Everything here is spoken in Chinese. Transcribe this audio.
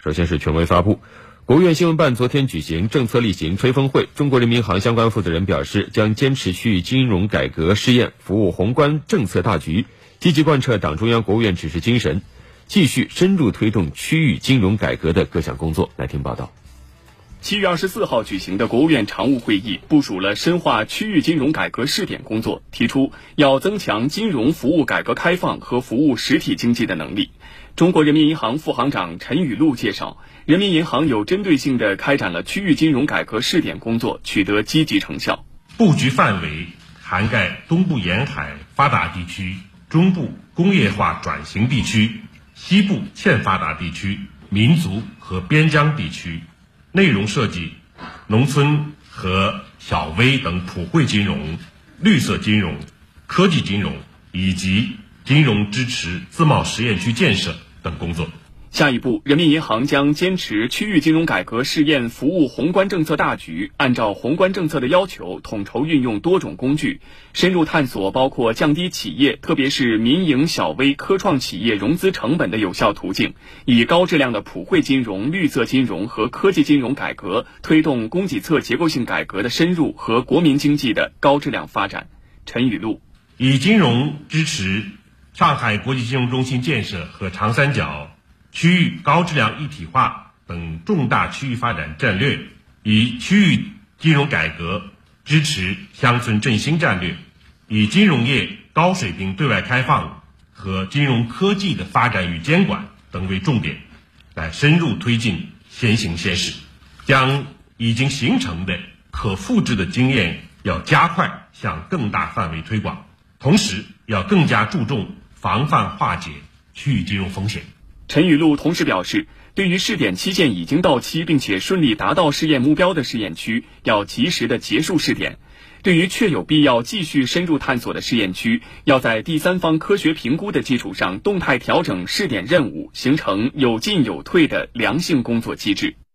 首先是权威发布。国务院新闻办昨天举行政策例行吹风会，中国人民银行相关负责人表示，将坚持区域金融改革试验，服务宏观政策大局，积极贯彻党中央、国务院指示精神，继续深入推动区域金融改革的各项工作。来听报道。 7月24号举行的国务院常务会议部署了深化区域金融改革试点工作，提出要增强金融服务改革开放和服务实体经济的能力。中国人民银行副行长陈雨露介绍，人民银行有针对性地开展了区域金融改革试点工作，取得积极成效。 布局范围涵盖东部沿海发达地区、中部工业化转型地区、西部欠发达地区、民族和边疆地区，内容涉及农村和小微等普惠金融、绿色金融、科技金融以及金融支持自贸实验区建设等工作。 下一步，人民银行将坚持区域金融改革试验服务宏观政策大局，按照宏观政策的要求，统筹运用多种工具，深入探索包括降低企业特别是民营小微科创企业融资成本的有效途径，以高质量的普惠金融、绿色金融和科技金融改革，推动供给侧结构性改革的深入和国民经济的高质量发展。陈雨露， 以金融支持上海国际金融中心建设和长三角区域高质量一体化等重大区域发展战略，以区域金融改革支持乡村振兴战略，以金融业高水平对外开放和金融科技的发展与监管等为重点，来深入推进先行先试，将已经形成的可复制的经验要加快向更大范围推广，同时要更加注重防范化解区域金融风险。 陈雨露同时表示，对于试点期限已经到期并且顺利达到试验目标的试验区，要及时的结束试点；对于确有必要继续深入探索的试验区，要在第三方科学评估的基础上动态调整试点任务，形成有进有退的良性工作机制。